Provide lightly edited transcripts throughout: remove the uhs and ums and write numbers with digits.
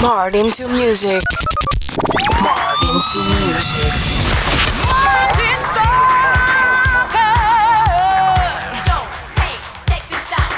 Martin to music. Martin to music. Martin Stalker. Yo, hey, check this out.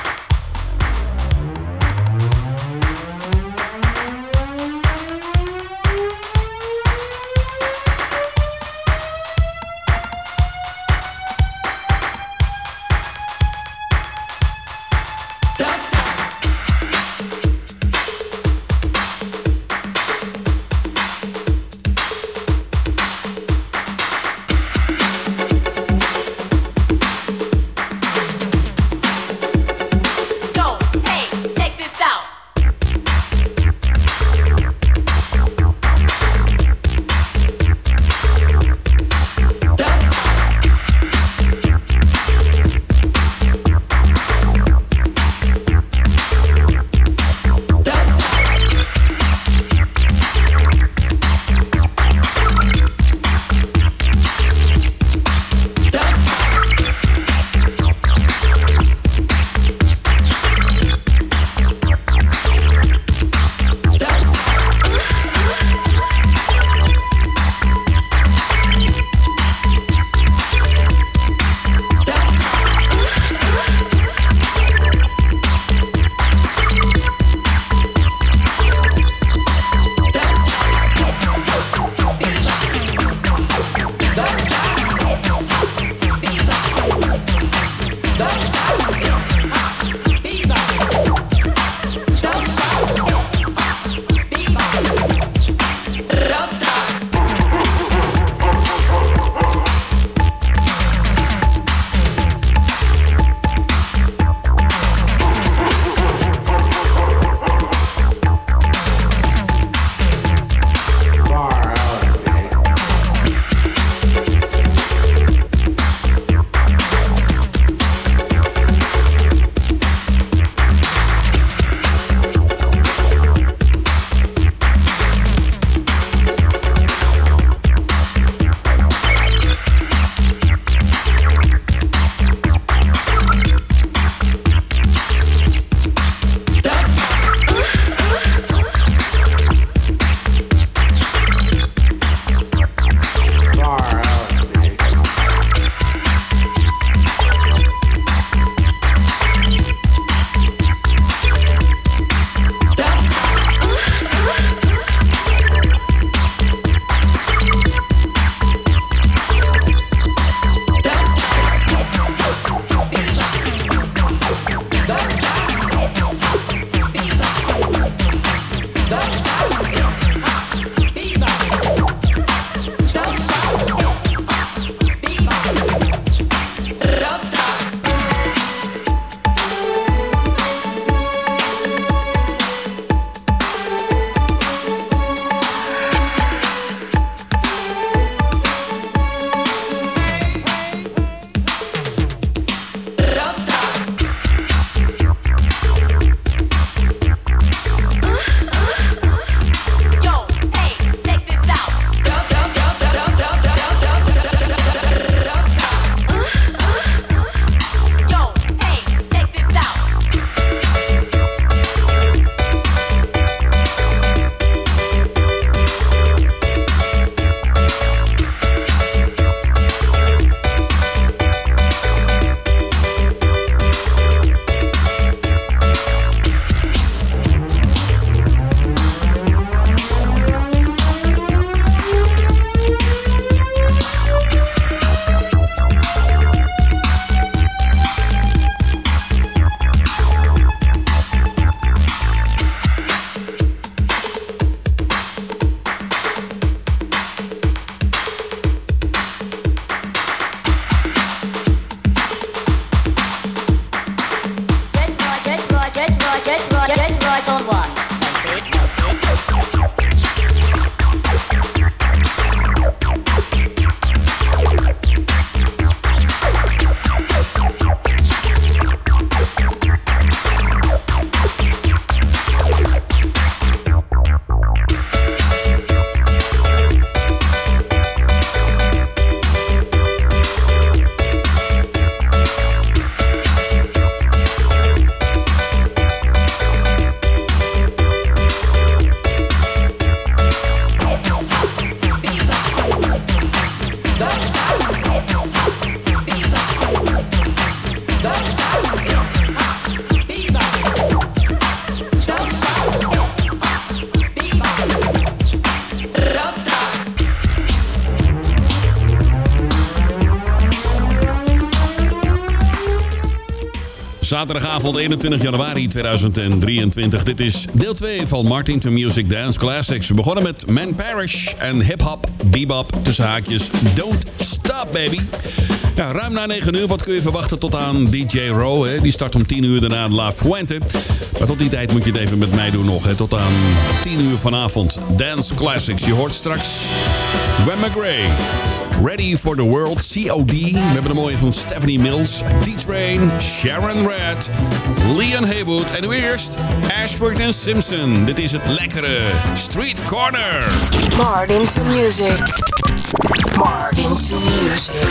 Zaterdagavond 21 januari 2023. Dit is deel 2 van Martin to Music Dance Classics. We begonnen met Man Parrish en hip-hop, bebop, tussen haakjes Don't Stop Baby. Ja, ruim na 9 uur, wat kun je verwachten tot aan DJ Row? Hè? Die start om 10 uur daarna La Fuente. Maar tot die tijd moet je het even met mij doen nog. Hè? Tot aan 10 uur vanavond. Dance Classics. Je hoort straks Gwen McRae. Ready for the World, COD. We hebben een mooie van Stephanie Mills, D-Train, Sharon Red, Leon Haywood en nu eerst Ashford en Simpson. Dit is het lekkere Street Corner. Martin to music. Martin to music.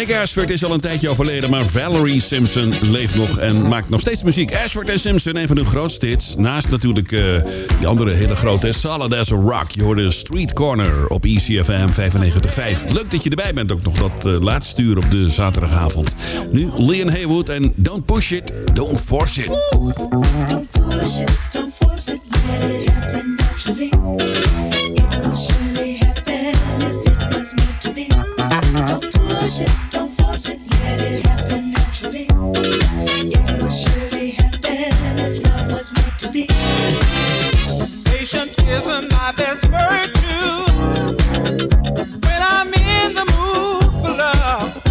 Nick Ashford is al een tijdje overleden, maar Valerie Simpson leeft nog en maakt nog steeds muziek. Ashford en Simpson, een van hun grootste hits. Naast natuurlijk die andere hele grote, Solid as a Rock. Je hoorde Street Corner op ECFM 95.5. Leuk dat je erbij bent, ook nog dat laatste uur op de zaterdagavond. Nu Leon Haywood en Don't Push It, Don't Force It. Don't push it, don't force it, let it happen naturally. It will surely happen if it was meant to be. Don't push it, don't force it, let it happen naturally. It will surely happen if love was meant to be. Patience isn't my best virtue. When I'm in the mood for love,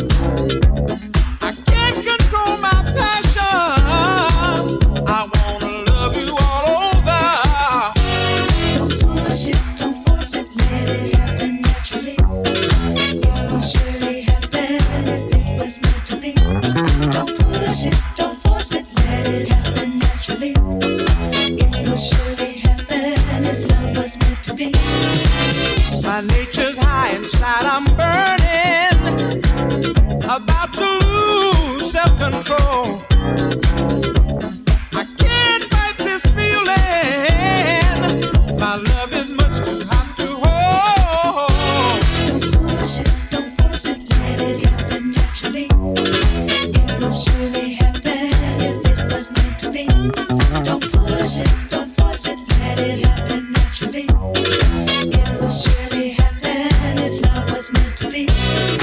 I can't control my passion. I wanna love you all over. Don't push it, don't force it, let it happen naturally. It will surely happen if it was meant to be. Don't push it, don't force it, let it happen naturally. It will surely happen if love was meant to be. My nature's high inside, I'm burning, about to lose self-control. I can't fight this feeling. My love is much too hot to hold. Don't push it, don't force it, let it happen naturally. It will surely happen if it was meant to be. Don't push it, don't force it, let it happen naturally. It will surely happen if love was meant to be.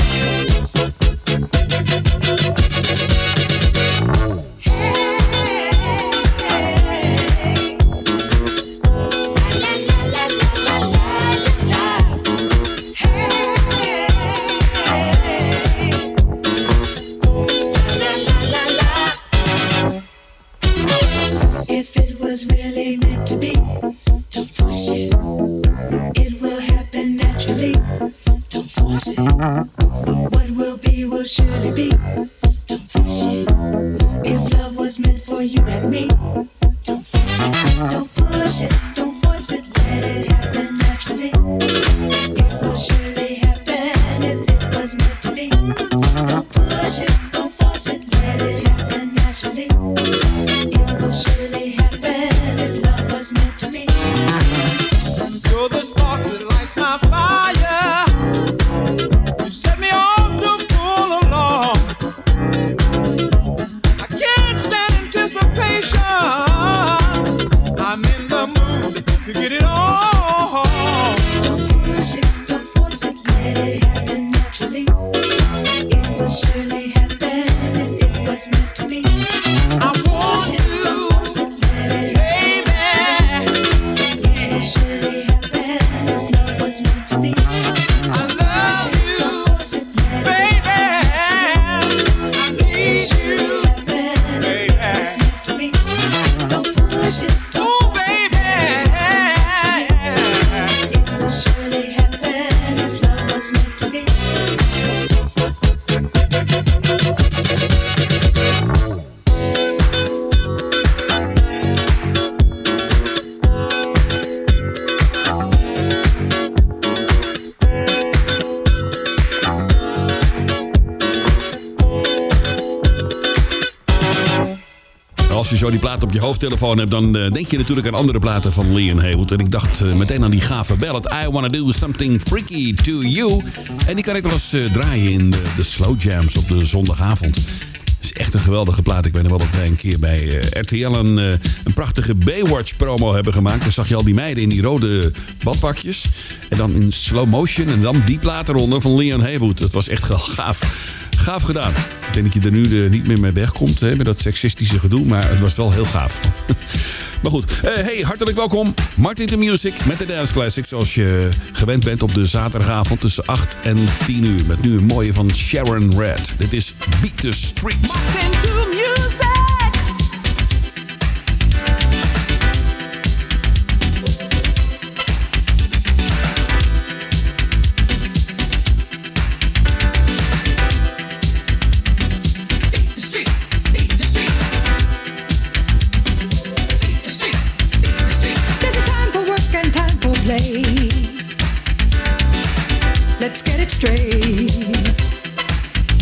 If it was really meant to be, don't push it. It will happen naturally. Don't force it. What will surely be. Don't push it. If love was meant for you and me, don't force it. Don't push it. Don't force it. Let it happen naturally. It will surely happen if it was meant to be. Don't push it. Don't force it. Let it happen naturally. It will surely happen if love was meant to be. You're the spark that lights my fire. You set me off to fool along. I can't stand anticipation. I'm in the mood to get it on. Don't push it, don't force it, let it happen naturally. It will surely happen if it was meant to be. I want Push it, don't you, force it, let it happen. baby. It will surely happen if love was meant to be. I Push love it, don't you, force it, let it baby. happen. I It will need surely you, happen if it was meant to be. Don't push it, don't oh force it, baby. it will surely happen if love was meant to be. Als je zo die plaat op je hoofdtelefoon hebt, dan denk je natuurlijk aan andere platen van Leon Haywood. En ik dacht meteen aan die gave ballad I Wanna Do Something Freaky To You. En die kan ik wel eens draaien in de slow jams op de zondagavond. Het is echt een geweldige plaat. Ik weet nog wel dat wij een keer bij RTL een prachtige Baywatch promo hebben gemaakt. Dan zag je al die meiden in die rode badpakjes. En dan in slow motion en dan die plaat eronder van Leon Haywood. Dat was echt wel gaaf. Gaaf gedaan. Ik denk dat je er nu niet meer mee wegkomt, hè, met dat seksistische gedoe. Maar het was wel heel gaaf. Maar goed, hey, hartelijk welkom. Martin to Music met de Dance Classic. Zoals je gewend bent op de zaterdagavond tussen 8 en 10 uur. Met nu een mooie van Sharon Red. Dit is Beat the Street. Martin to music. Let's get it straight.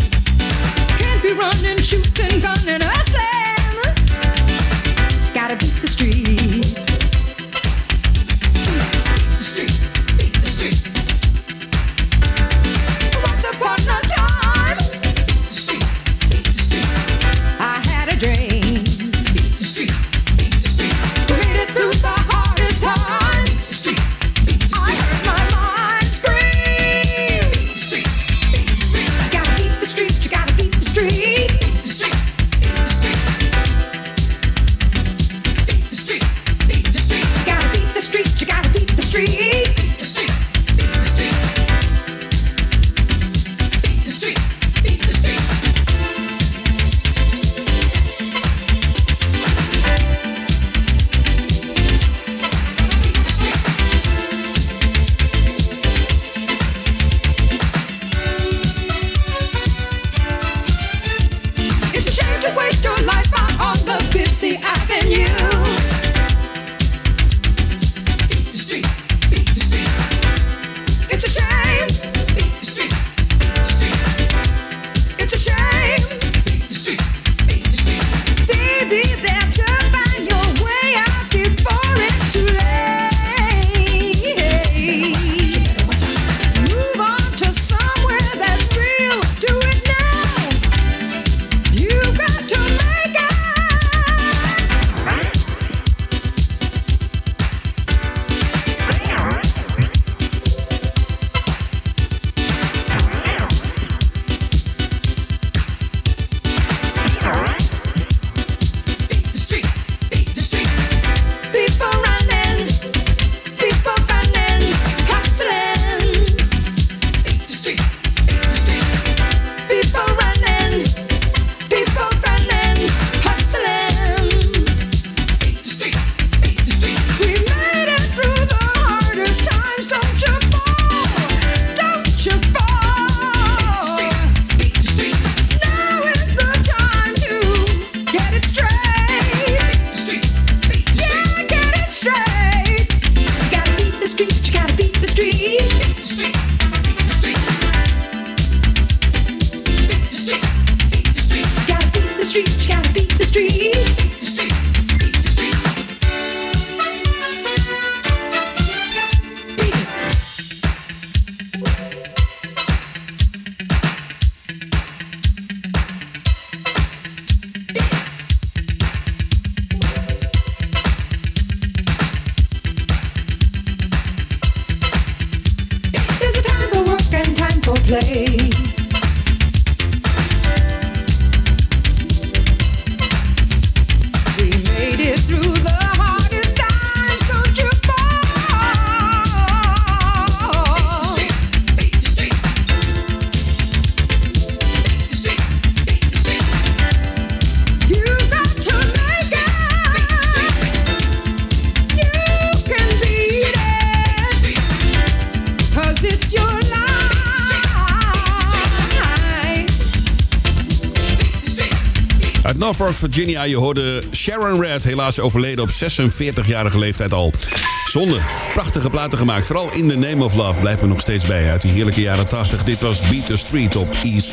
Norfolk, Virginia. Je hoorde Sharon Redd, helaas overleden op 46-jarige leeftijd al. Zonde. Prachtige platen gemaakt. Vooral In the Name of Love blijft er nog steeds bij uit die heerlijke jaren 80. Dit was Beat the Street op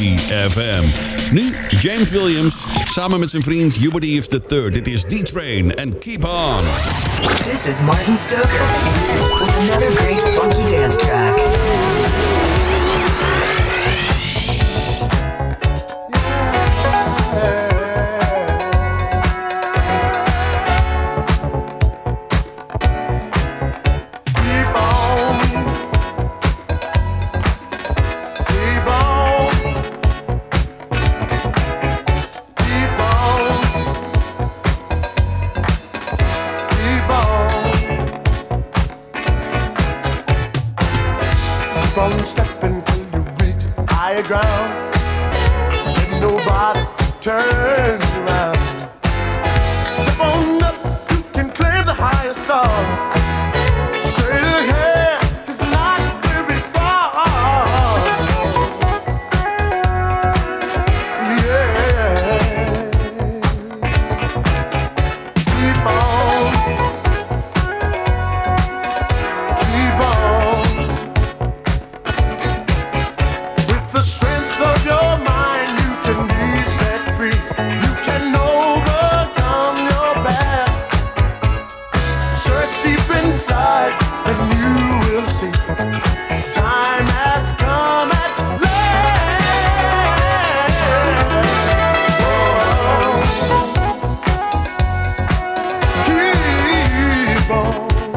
ECFM. Nu James Williams samen met zijn vriend Hubert Eves III. Dit is D-Train en Keep On. This is Martin Stoker with another great funky dance track. inside, and you will see. Time has come at last. Keep on,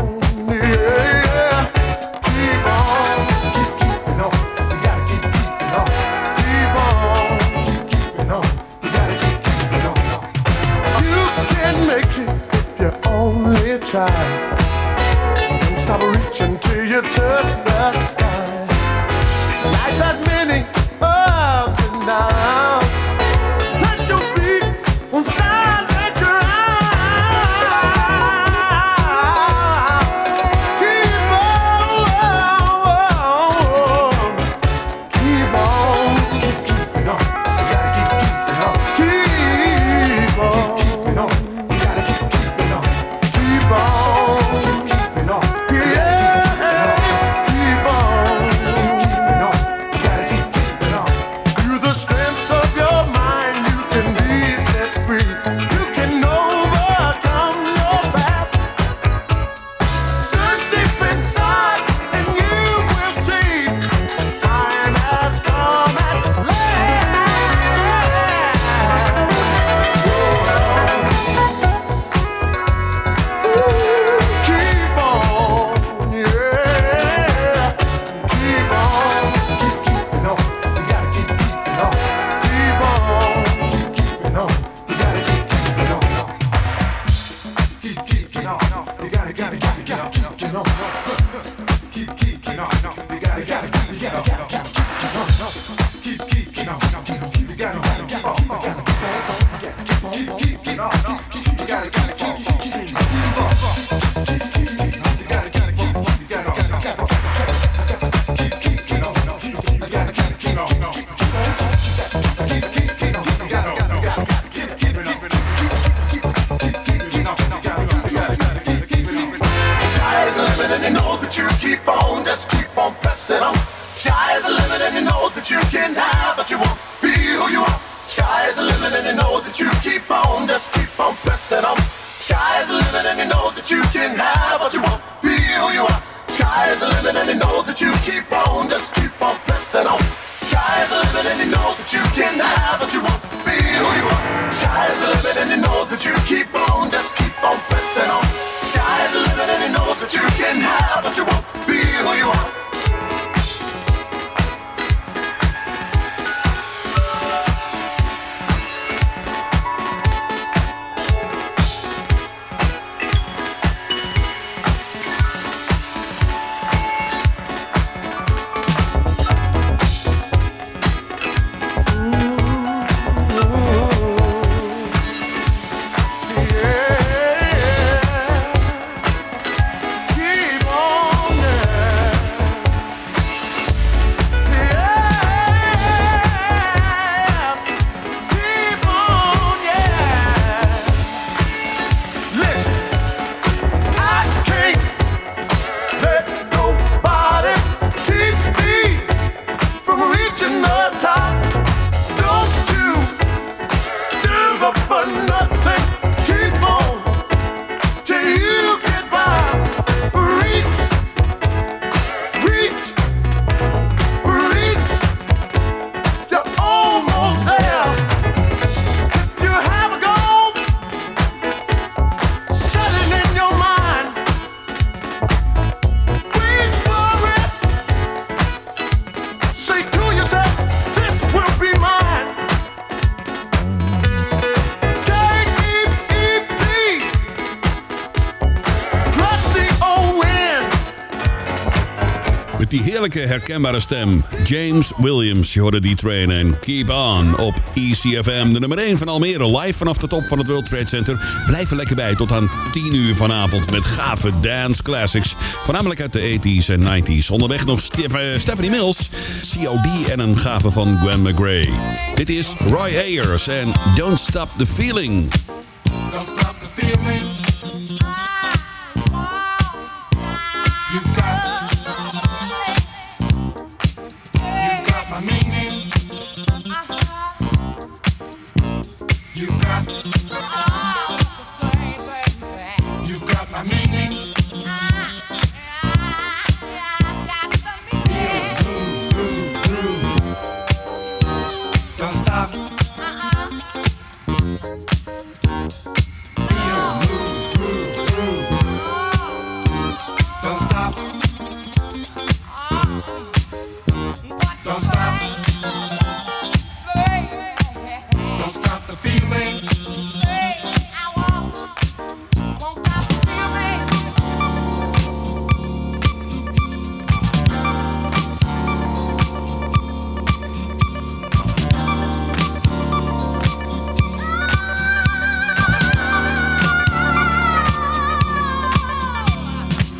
yeah. Keep on, keeping on. You gotta keep keeping on. Keep on, keep keeping on. You gotta keep keeping on. You can make it if you only try. Don't stop reaching till you touch the sky. Life has many ups and downs. Put your feet on solid ground. Keep on, keep keeping on. You gotta keep keeping on. Keep on, keeping on. You gotta keep keeping on. Keep on, keep keeping on. Yeah, keep on, keep keeping on. You gotta keep keeping on. Through the strength of your mind, you can be set free. You can overcome your past. Search deep inside, and you will see. Time has come at last. Keep on, yeah. Keep on, keep keeping on. You gotta keep keeping on. Keep on, keep keeping on. You gotta keep keeping on. Keep keeping on. You gotta keep keeping on. Keep keeping on. You gotta keep keeping on. Keep keeping on. You gotta keep on. Keep keeping on. You gotta keep keeping on. Sky's the limit and you know that you keep on, just keep on pressing on. Sky's the limit and you know that you can have, but you won't be who you are. Sky's the limit and you know that you keep on, just keep on pressing on. Sky's the limit and you know that you can have, but you won't be who you are. Sky's the limit and you know that you keep on, just keep on pressing on. Sky's the limit and you know that you can have, but you won't be who you are. Sky's the limit and you know that you keep on, just keep on pressing on. Sky's the limit and you know that you can have, but you won't be who you are. Keep on, Met die heerlijke herkenbare stem. James Williams, je hoorde die train en Keep On op ECFM. De nummer 1 van Almere, live vanaf de top van het World Trade Center. Blijf er lekker bij tot aan 10 uur vanavond met gave dance classics. Voornamelijk uit de 80s en 90s. Onderweg nog Stephanie Mills, COD en een gave van Gwen McRae. Dit is Roy Ayers en Don't Stop the Feeling. Don't stop the feeling. You've got my meaning. You've got my meaning.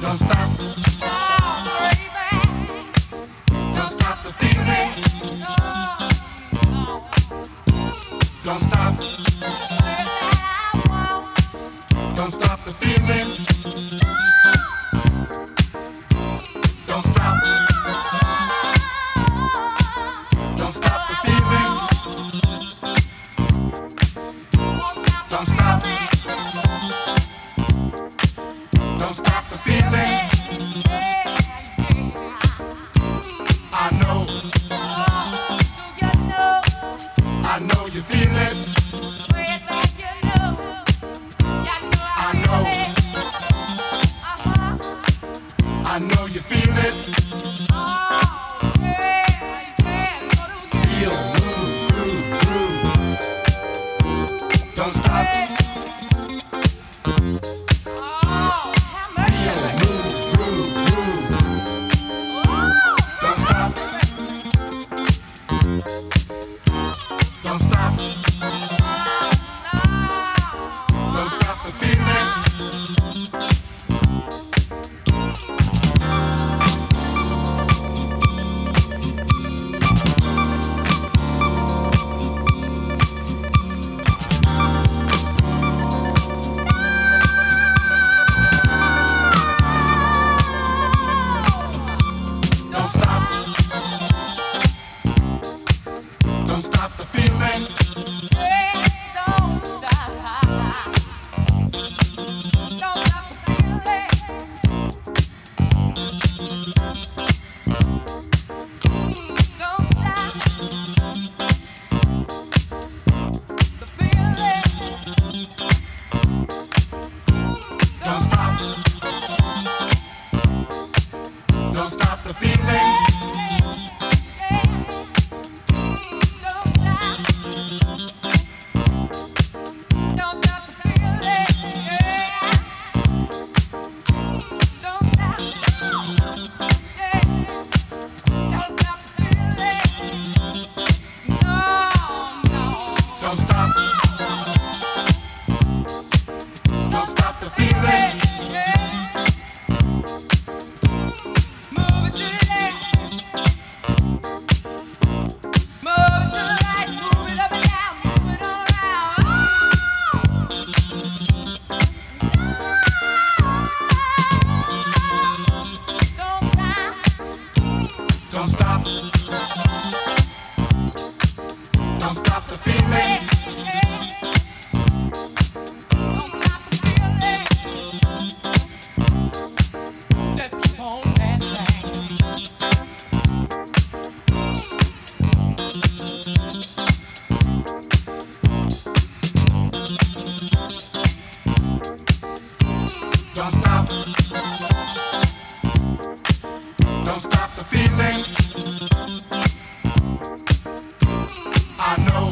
Don't stop. Don't stop the feeling. Don't stop. Don't stop the feeling. Don't stop. Don't stop the feeling. Don't stop. Don't stop the feeling. I know. I know you feel it. I know. I know you feel it. Feel, move, groove, groove. Don't stop. Feel, move, groove, groove. Don't stop. Don't stop. Don't stop the feeling. Don't stop. Don't stop the feeling. Don't stop. Don't stop the feeling. Don't stop. Don't stop the feeling. Don't stop. Don't stop the feeling. Don't stop. Don't stop the feeling. I know.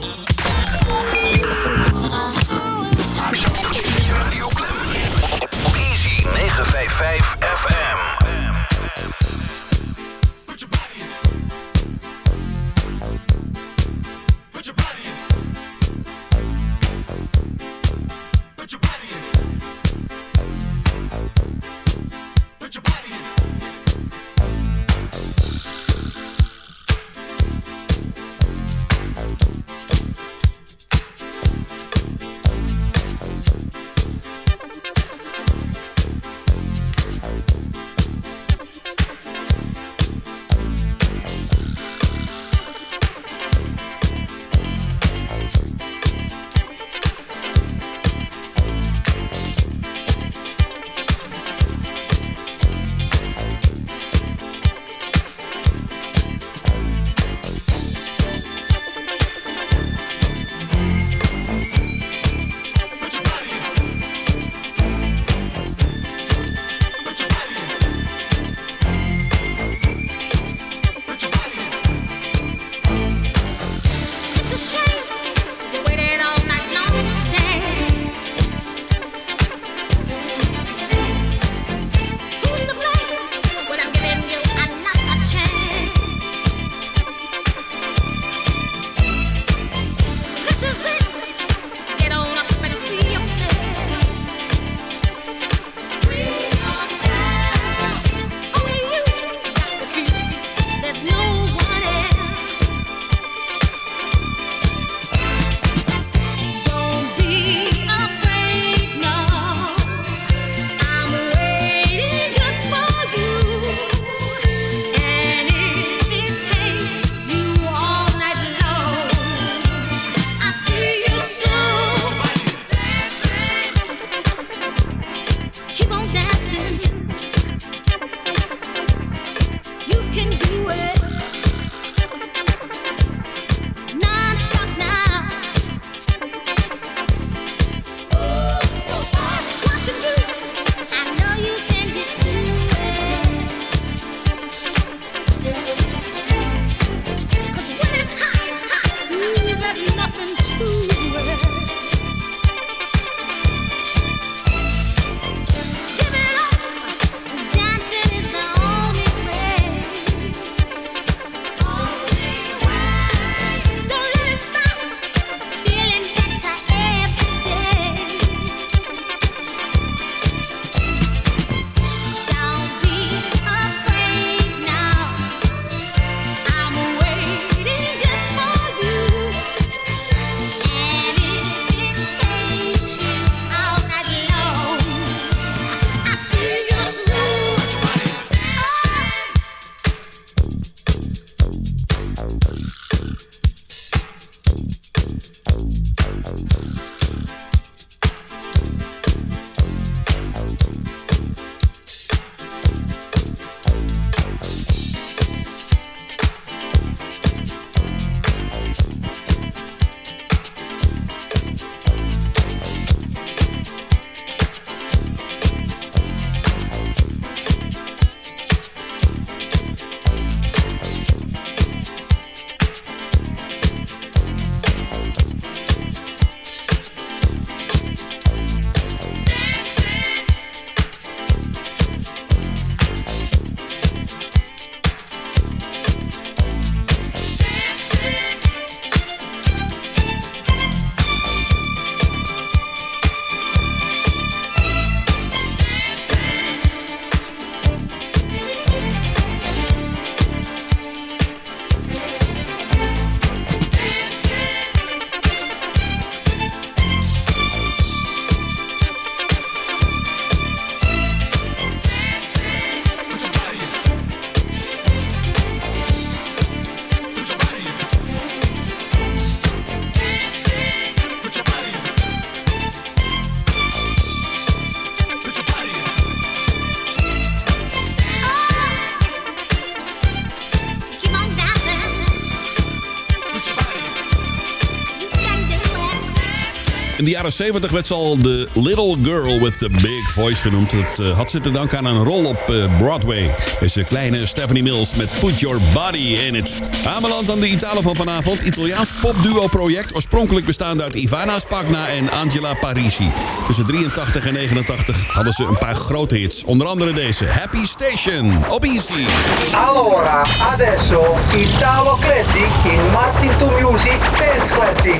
Radio Klem op Easy 955 FM. Put your body in. Put your body in. Put your body in. Put your body in. In de jaren 70 werd ze al de Little Girl with the Big Voice genoemd. Dat had ze te danken aan een rol op Broadway. Deze kleine Stephanie Mills met Put Your Body in It. Aanbeland aan de Italo van vanavond. Italiaans popduo-project. Oorspronkelijk bestaande uit Ivana Spagna en Angela Parisi. Tussen 83 en 89 hadden ze een paar grote hits. Onder andere deze Happy Station op Easy. Allora, adesso Italo Classic in Martin to Music Dance Classic.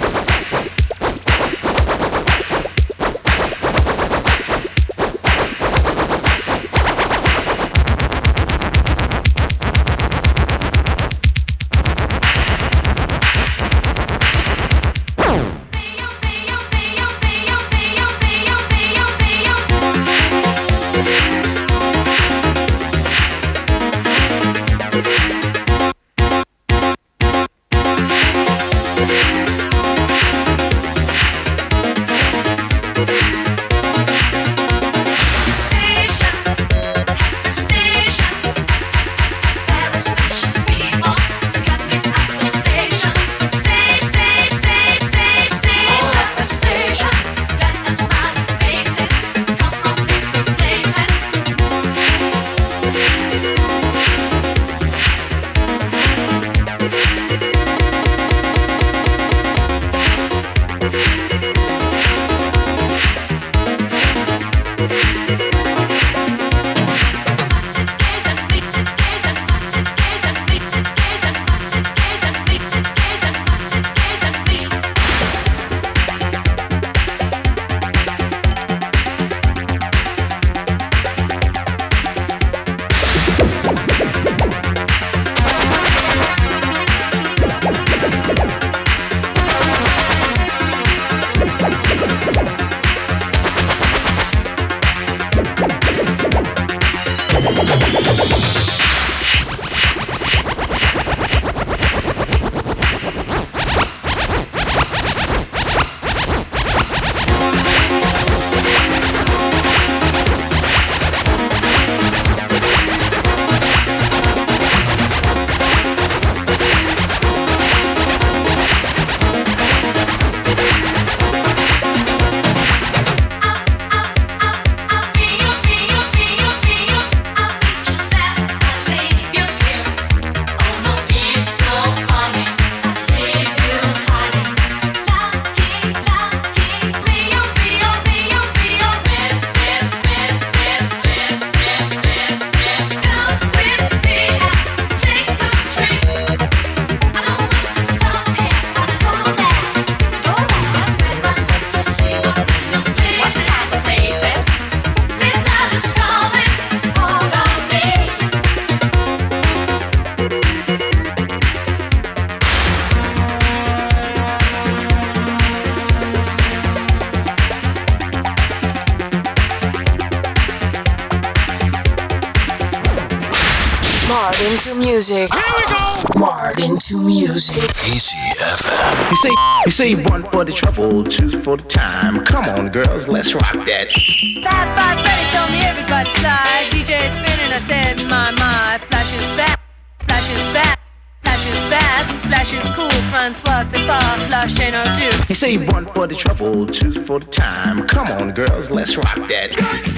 Marred into music. Here we go. Marred into music. Easy FM. You say one for the trouble, two for the time. Come on, girls, let's rock that. Fab Five Freddy told me everybody slide. DJ spinning, I said, my. Flash is back, flash is back. Flash is fast, flash is cool. Francois, c'est pas flash ain't no do. You say one for the trouble, two for the time. Come on, girls, let's rock that.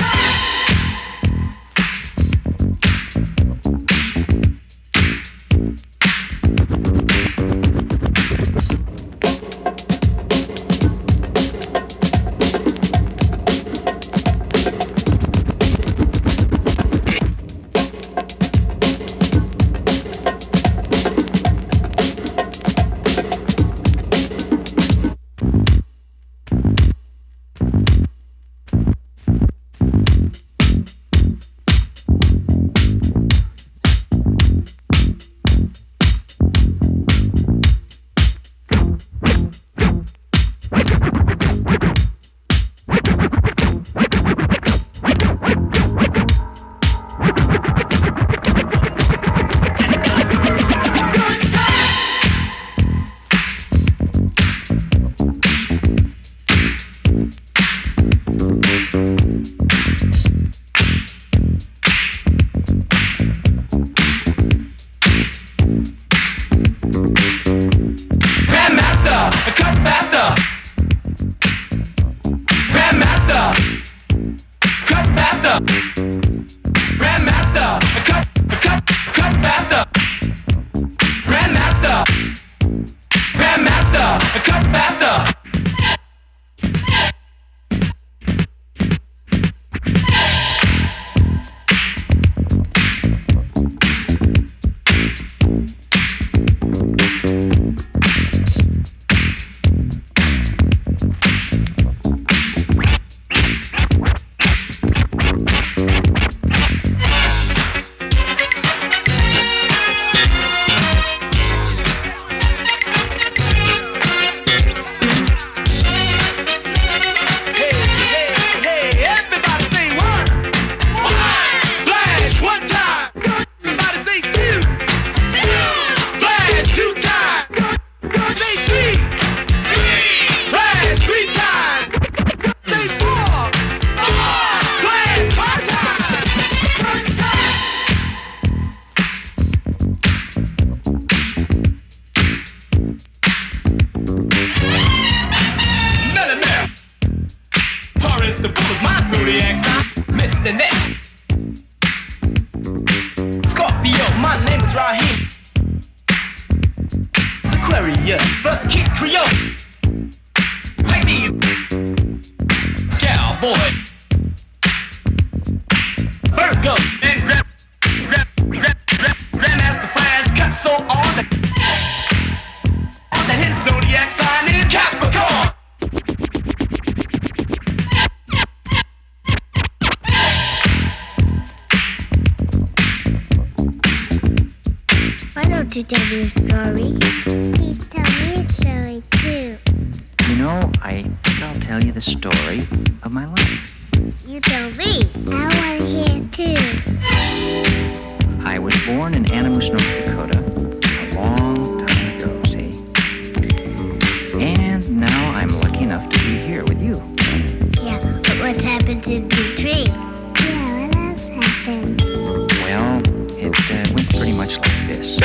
To tell you a story. Please tell me a story too. You know, I think I'll tell you the story of my life. You tell me. I want to hear too. I was born in Animus, North Dakota, a long time ago, see? And now I'm lucky enough to be here with you. Yeah, but what's happened to the tree? Yeah, what else happened? Well, it went pretty much like this.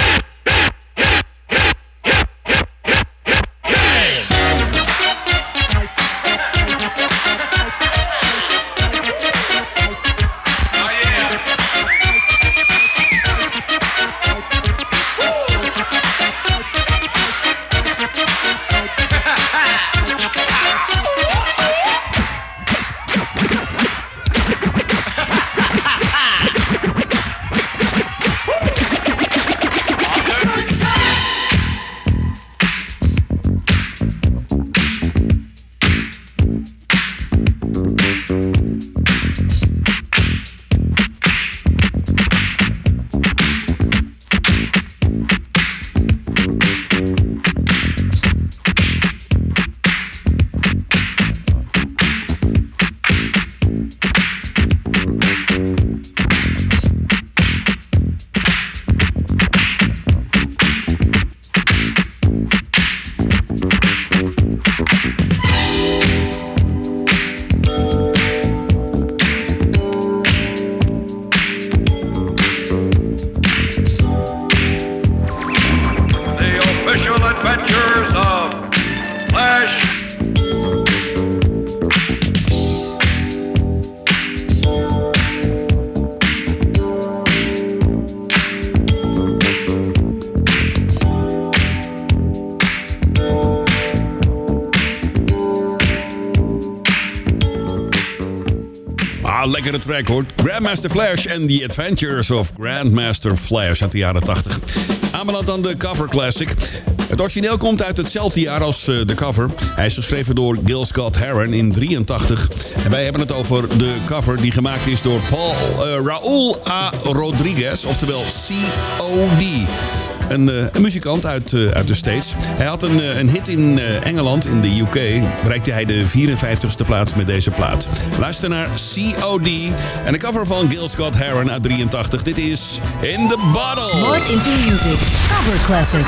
lekkere track hoor. Grandmaster Flash and the Adventures of Grandmaster Flash uit de jaren 80. Aanbeland aan de cover classic. Het origineel komt uit hetzelfde jaar als de cover. Hij is geschreven door Gil Scott-Heron in 83. En wij hebben het over de cover die gemaakt is door Raúl A. Rodriguez, oftewel C.O.D. Een muzikant uit de States. Hij had een hit in Engeland, in de UK. Bereikte hij de 54ste plaats met deze plaat. Luister naar C.O.D. en de cover van Gil Scott-Heron uit 83. Dit is In the Bottle. Mart into Music. Cover Classic.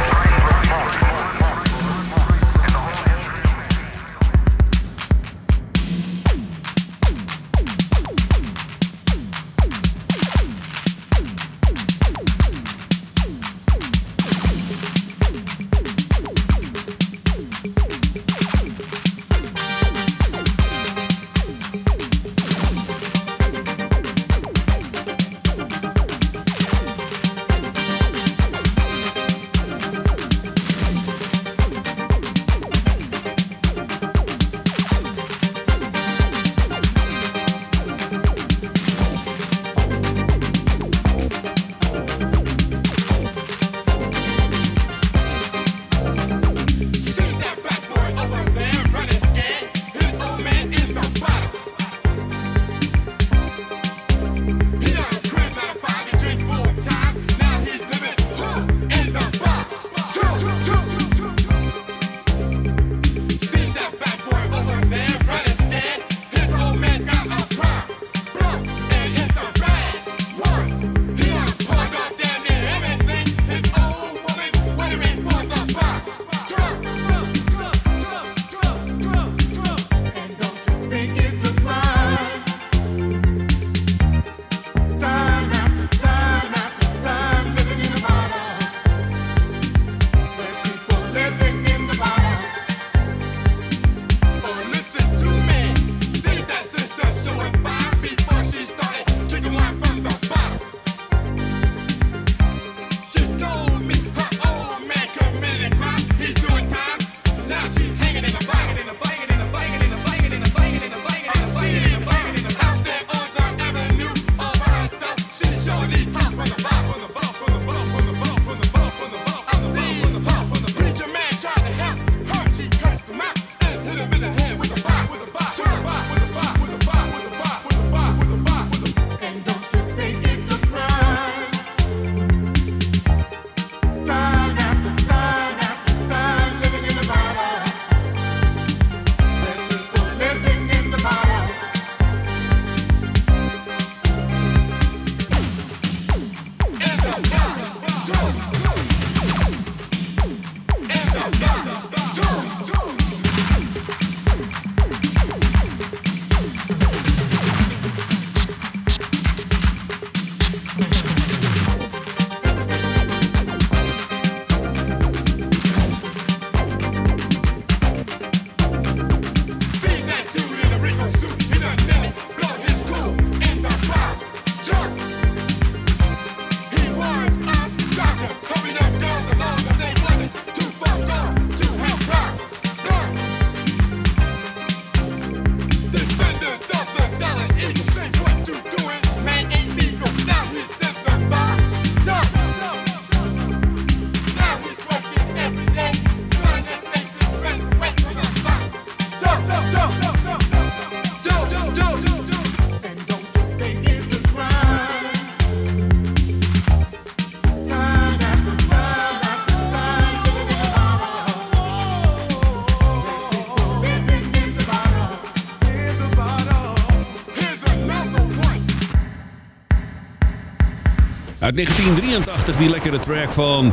Uit 1983 die lekkere track van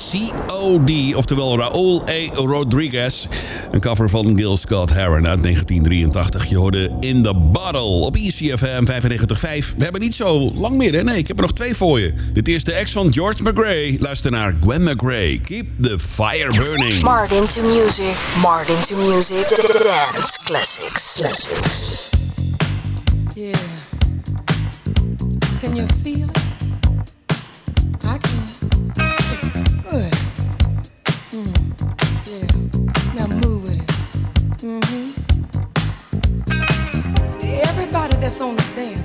C.O.D. Oftewel Raúl A. Rodriguez. Een cover van Gil Scott-Heron uit 1983. Je hoorde In the Bottle op ECFM 95.5. We hebben niet zo lang meer, hè? Nee, ik heb er nog 2 voor je. Dit is de ex van George McRae. Luister naar Gwen McRae. Keep the fire burning. Mart into Music. Mart into Music. Dance Classics. Yeah. Can you feel it? I can. It's good. Yeah. Now move with it. Everybody that's on the dance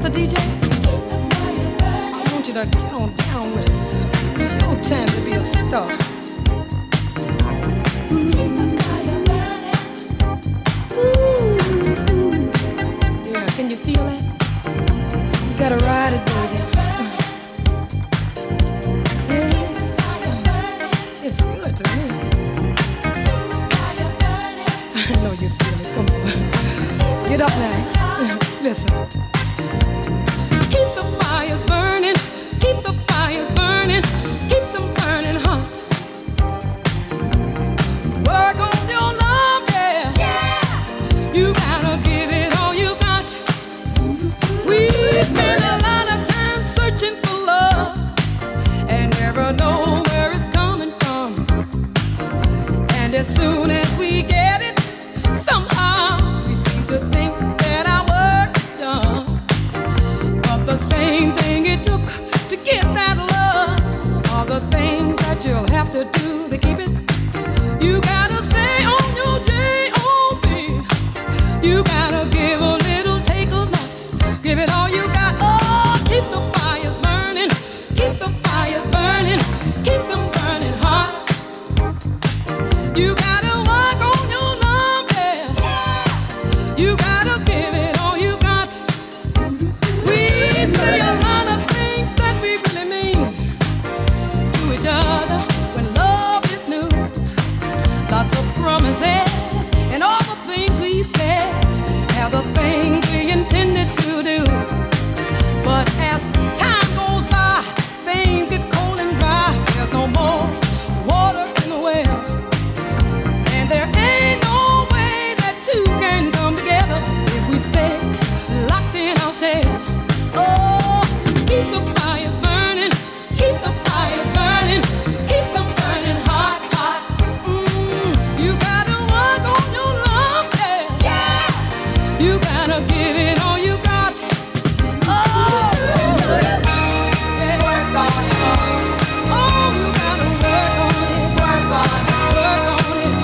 Mr. DJ, I want you to get on down with us. It's your time to be a star. Yeah, can you feel it? You gotta ride it, baby. Yeah, it's good to me. I know you feel it. Come on, get up now. Listen. Keep the fires burning. Keep the fires burning. Keep them burning hot. Work on your love, yeah. You gotta give it all you got. We spend a lot of time searching for love and never know where it's coming from. And as soon as we get it, somehow we seem to think that our work is done. But the same thing it took to get that love are the things that you'll have to do to keep it. You gotta stay on your J.O.B. You gotta give a little, take a lot. Give it all you got. Oh, keep the fires burning. Keep the fires burning. Keep them burning hot. You gotta work on your love, yeah. You gotta give it all you got. We say a lot of things that we really mean to each other when love is new. Lots of promises and all the things we've said are the things we intended to do. But as time goes by, things get cold and dry. There's no more water in the well, and there ain't no way that two can come together if we stay locked in our shell. Oh, keep the fires burning. Keep the fires burning. Keep them burning hot, hot. You gotta work on your love, yeah. You gotta give it all you got. Oh, yeah. Work on it. Oh, you gotta work on it. Work on it. Work on it.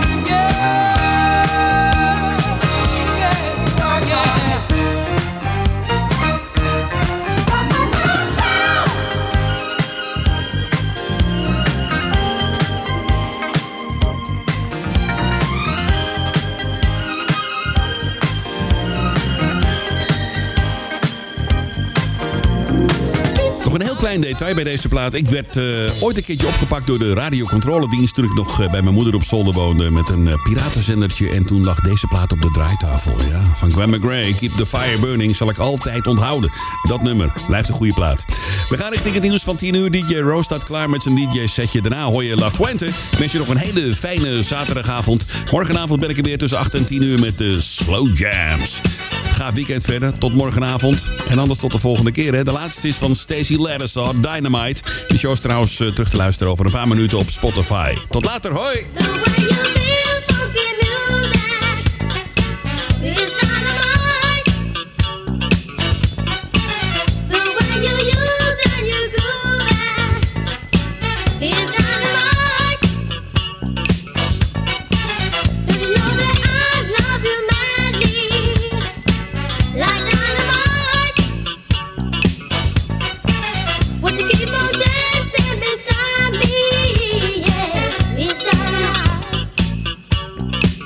Yeah. Work on it. Nog een heel klein detail bij deze plaat. Ik werd ooit een keertje opgepakt door de radiocontroledienst toen ik nog bij mijn moeder op zolder woonde met een piratenzendertje. En toen lag deze plaat op de draaitafel. Ja, van Gwen McRae, Keep the Fire Burning, zal ik altijd onthouden. Dat nummer blijft een goede plaat. We gaan richting het nieuws van 10 uur. DJ Rose staat klaar met zijn DJ-setje. Daarna hoor je La Fuente. Ik wens je nog een hele fijne zaterdagavond. Morgenavond ben ik er weer tussen 8 en 10 uur met de Slow Jams. Ga weekend verder. Tot morgenavond. En anders tot de volgende keer. Hè. De laatste is van Stacey Lattisaw, Dynamite. De show is trouwens terug te luisteren over een paar minuten op Spotify. Tot later. Hoi! What you keep on dancing beside me, yeah, it's dynamite.